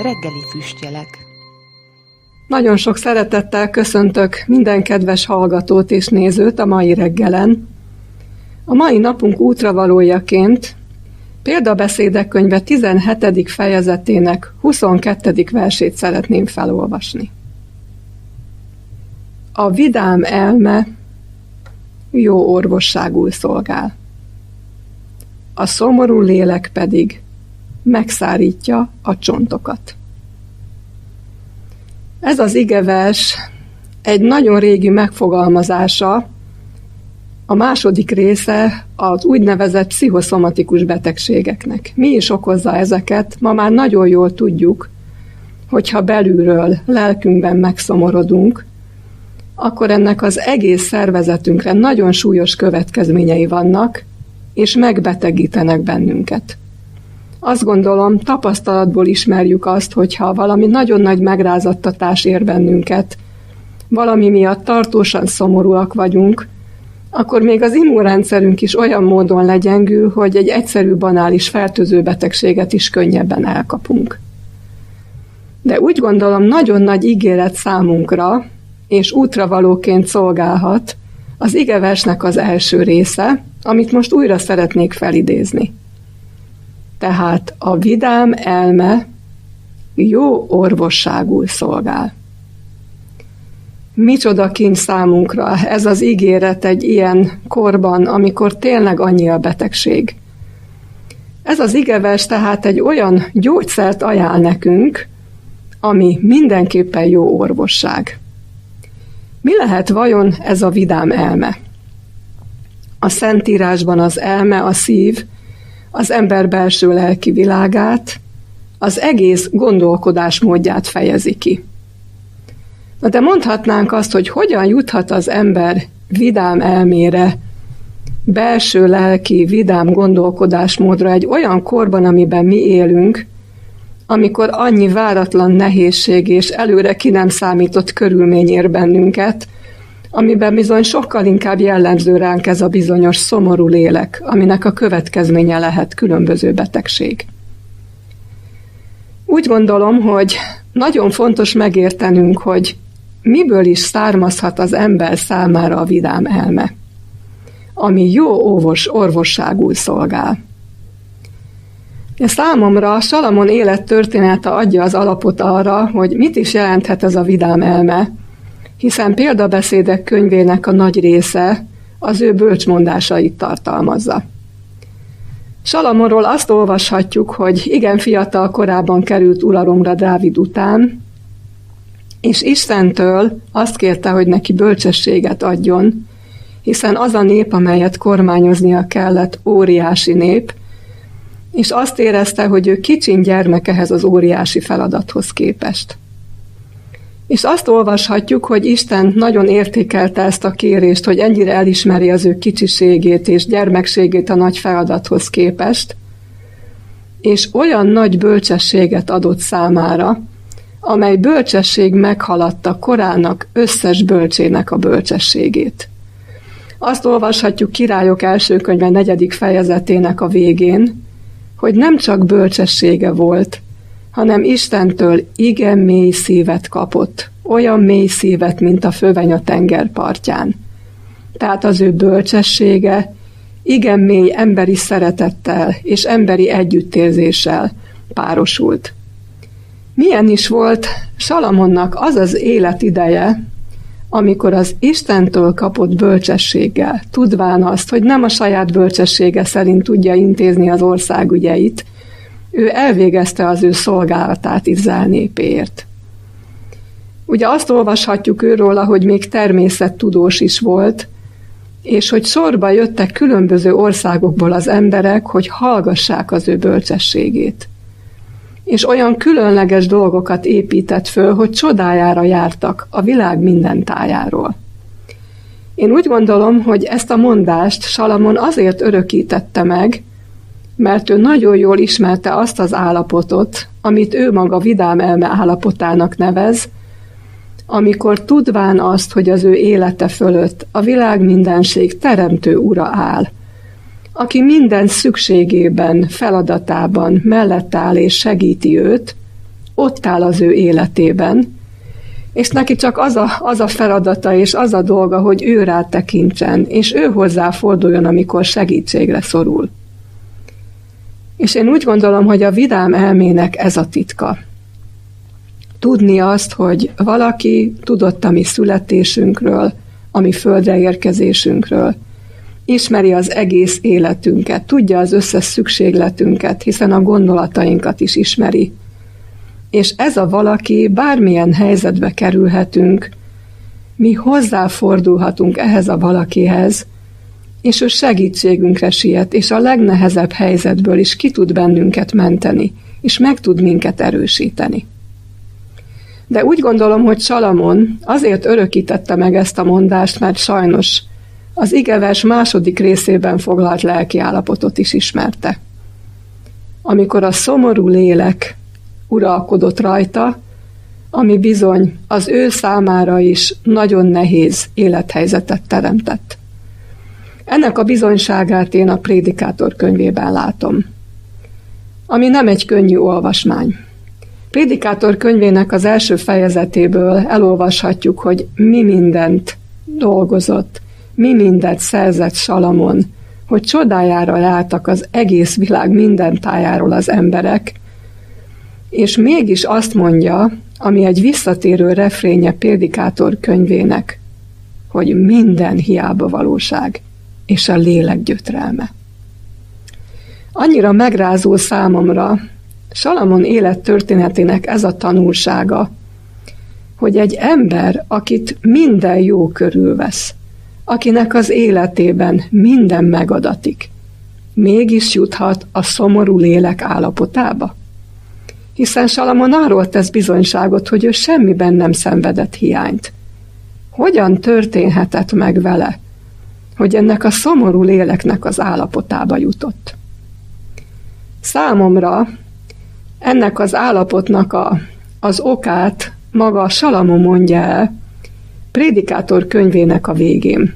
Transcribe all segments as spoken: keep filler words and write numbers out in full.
Reggeli füstjelek. Nagyon sok szeretettel köszöntök minden kedves hallgatót és nézőt a mai reggelen. A mai napunk útravalójaként Példabeszédek könyve tizenhetedik fejezetének huszonkettedik versét szeretném felolvasni. A vidám elme jó orvosságul szolgál. A szomorú lélek pedig megszárítja a csontokat. Ez az igevers egy nagyon régi megfogalmazása, a második része az úgynevezett pszichoszomatikus betegségeknek. Mi is okozza ezeket? Ma már nagyon jól tudjuk, hogyha belülről, lelkünkben megszomorodunk, akkor ennek az egész szervezetünkre nagyon súlyos következményei vannak, és megbetegítenek bennünket. Azt gondolom, tapasztalatból ismerjük azt, hogyha valami nagyon nagy megrázattatás ér bennünket, valami miatt tartósan szomorúak vagyunk, akkor még az immunrendszerünk is olyan módon legyengül, hogy egy egyszerű, banális fertőző betegséget is könnyebben elkapunk. De úgy gondolom, nagyon nagy ígéret számunkra, és útravalóként szolgálhat az igeversnek az első része, amit most újra szeretnék felidézni. Tehát a vidám elme jó orvosságul szolgál. Micsoda kincs számunkra ez az ígéret egy ilyen korban, amikor tényleg annyi a betegség. Ez az igevers tehát egy olyan gyógyszert ajánl nekünk, ami mindenképpen jó orvosság. Mi lehet vajon ez a vidám elme? A Szentírásban az elme, a szív, az ember belső lelki világát, az egész gondolkodásmódját fejezi ki. Na de mondhatnánk azt, hogy hogyan juthat az ember vidám elmére, belső lelki, vidám gondolkodásmódra egy olyan korban, amiben mi élünk, amikor annyi váratlan nehézség és előre ki nem számított körülmény ér bennünket, amiben bizony sokkal inkább jellemző ránk ez a bizonyos szomorú lélek, aminek a következménye lehet különböző betegség. Úgy gondolom, hogy nagyon fontos megértenünk, hogy miből is származhat az ember számára a vidám elme, ami jó óvos orvosságul szolgál. Számomra Salamon élettörténete adja az alapot arra, hogy mit is jelenthet ez a vidám elme, hiszen Példabeszédek könyvének a nagy része az ő bölcsmondásait tartalmazza. Salamonról azt olvashatjuk, hogy igen fiatal korában került uralomra Dávid után, és Istentől azt kérte, hogy neki bölcsességet adjon, hiszen az a nép, amelyet kormányoznia kellett, óriási nép, és azt érezte, hogy ő kicsin gyermek ehhez az óriási feladathoz képest. És azt olvashatjuk, hogy Isten nagyon értékelte ezt a kérést, hogy ennyire elismeri az ő kicsiségét és gyermekségét a nagy feladathoz képest, és olyan nagy bölcsességet adott számára, amely bölcsesség meghaladta korának összes bölcsének a bölcsességét. Azt olvashatjuk Királyok első könyve negyedik fejezetének a végén, hogy nem csak bölcsessége volt, hanem Istentől igen mély szívet kapott, olyan mély szívet, mint a föveny a tengerpartján. Tehát az ő bölcsessége igen mély emberi szeretettel és emberi együttérzéssel párosult. Milyen is volt Salamonnak az az életideje, amikor az Istentől kapott bölcsességgel, tudván azt, hogy nem a saját bölcsessége szerint tudja intézni az ország ügyeit, ő elvégezte az ő szolgálatát Izrael népéért. Ugye azt olvashatjuk őróla, hogy még természettudós is volt, és hogy sorba jöttek különböző országokból az emberek, hogy hallgassák az ő bölcsességét. És olyan különleges dolgokat épített föl, hogy csodájára jártak a világ minden tájáról. Én úgy gondolom, hogy ezt a mondást Salamon azért örökítette meg, mert ő nagyon jól ismerte azt az állapotot, amit ő maga vidám elme állapotának nevez, amikor tudván azt, hogy az ő élete fölött a világ mindenség teremtő ura áll, aki minden szükségében, feladatában mellett áll és segíti őt, ott áll az ő életében, és neki csak az a, az a feladata és az a dolga, hogy ő rá tekintsen, és ő hozzá forduljon, amikor segítségre szorul. És én úgy gondolom, hogy a vidám elmének ez a titka. Tudni azt, hogy valaki tudott a mi születésünkről, a mi földre érkezésünkről, ismeri az egész életünket, tudja az összes szükségletünket, hiszen a gondolatainkat is ismeri. És ez a valaki, bármilyen helyzetbe kerülhetünk, mi hozzáfordulhatunk ehhez a valakihez, és ő segítségünkre siet, és a legnehezebb helyzetből is ki tud bennünket menteni, és meg tud minket erősíteni. De úgy gondolom, hogy Salamon azért örökítette meg ezt a mondást, mert sajnos az igevers második részében foglalt lelki állapotot is ismerte. Amikor a szomorú lélek uralkodott rajta, ami bizony az ő számára is nagyon nehéz élethelyzetet teremtett. Ennek a bizonyságát én a Prédikátor könyvében látom, ami nem egy könnyű olvasmány. Prédikátor könyvének az első fejezetéből elolvashatjuk, hogy mi mindent dolgozott, mi mindent szerzett Salamon, hogy csodájára láttak az egész világ minden tájáról az emberek, és mégis azt mondja, ami egy visszatérő refrénye Prédikátor könyvének, hogy minden hiába valóság, és a lélek gyötrelme. Annyira megrázó számomra Salamon élettörténetének ez a tanulsága, hogy egy ember, akit minden jó körülvesz, akinek az életében minden megadatik, mégis juthat a szomorú lélek állapotába. Hiszen Salamon arról tesz bizonyságot, hogy ő semmiben nem szenvedett hiányt. Hogyan történhetett meg vele, hogy ennek a szomorú léleknek az állapotába jutott? Számomra ennek az állapotnak a, az okát maga Salamon mondja el Prédikátor könyvének a végén.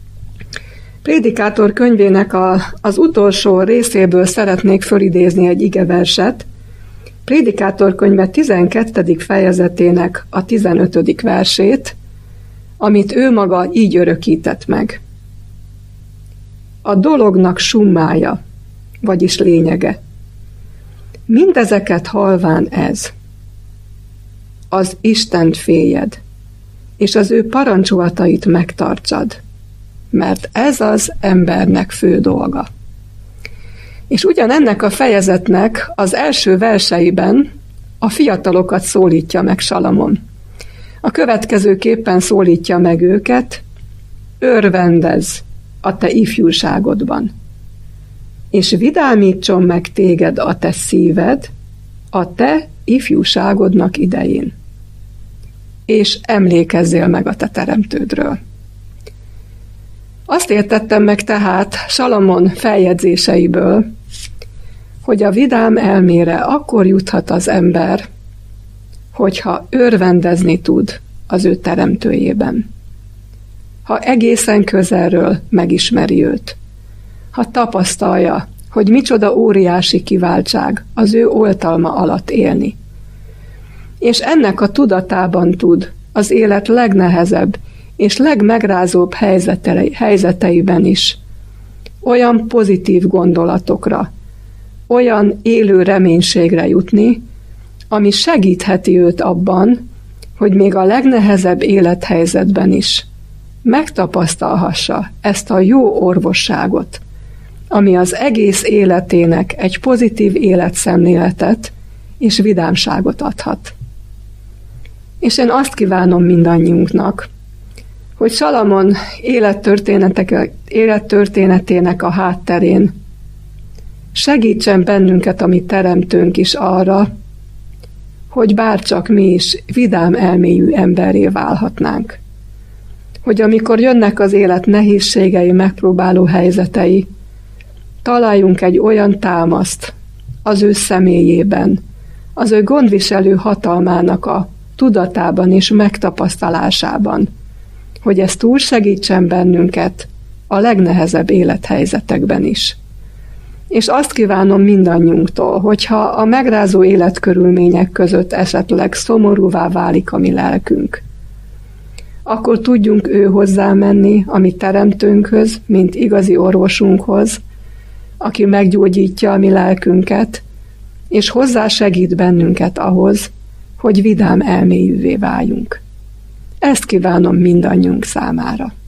Prédikátor könyvének a, az utolsó részéből szeretnék fölidézni egy igeverset, Prédikátor könyve tizenkettedik fejezetének a tizenötödik versét, amit ő maga így örökített meg. A dolognak summája, vagyis lényege. Mindezeket halván ez. Az Istent féljed, és az ő parancsolatait megtartsad, mert ez az embernek fő dolga. És ugyanennek a fejezetnek az első verseiben a fiatalokat szólítja meg Salamon. A következőképpen szólítja meg őket: örvendezz a te ifjúságodban, és vidámítson meg téged a te szíved a te ifjúságodnak idején, és emlékezzél meg a te teremtődről. Azt értettem meg tehát Salamon feljegyzéseiből, hogy a vidám elmére akkor juthat az ember, hogyha örvendezni tud az ő teremtőjében. Ha egészen közelről megismeri őt, ha tapasztalja, hogy micsoda óriási kiváltság az ő oltalma alatt élni. És ennek a tudatában tud az élet legnehezebb és legmegrázóbb helyzeteiben is olyan pozitív gondolatokra, olyan élő reménységre jutni, ami segítheti őt abban, hogy még a legnehezebb élethelyzetben is megtapasztalhassa ezt a jó orvosságot, ami az egész életének egy pozitív életszemléletet és vidámságot adhat. És én azt kívánom mindannyiunknak, hogy Salamon élettörténetének a hátterén segítsen bennünket a mi teremtőnk is arra, hogy bárcsak mi is vidám elmélyű emberré válhatnánk. Hogy amikor jönnek az élet nehézségei, megpróbáló helyzetei, találjunk egy olyan támaszt az ő személyében, az ő gondviselő hatalmának a tudatában és megtapasztalásában, hogy ez túl segítsen bennünket a legnehezebb élethelyzetekben is. És azt kívánom mindannyiunktól, hogyha a megrázó életkörülmények között esetleg szomorúvá válik a mi lelkünk, akkor tudjunk ő hozzá menni a mi teremtőnkhöz, mint igazi orvosunkhoz, aki meggyógyítja a mi lelkünket, és hozzá segít bennünket ahhoz, hogy vidám elméjűvé váljunk. Ezt kívánom mindannyiunk számára.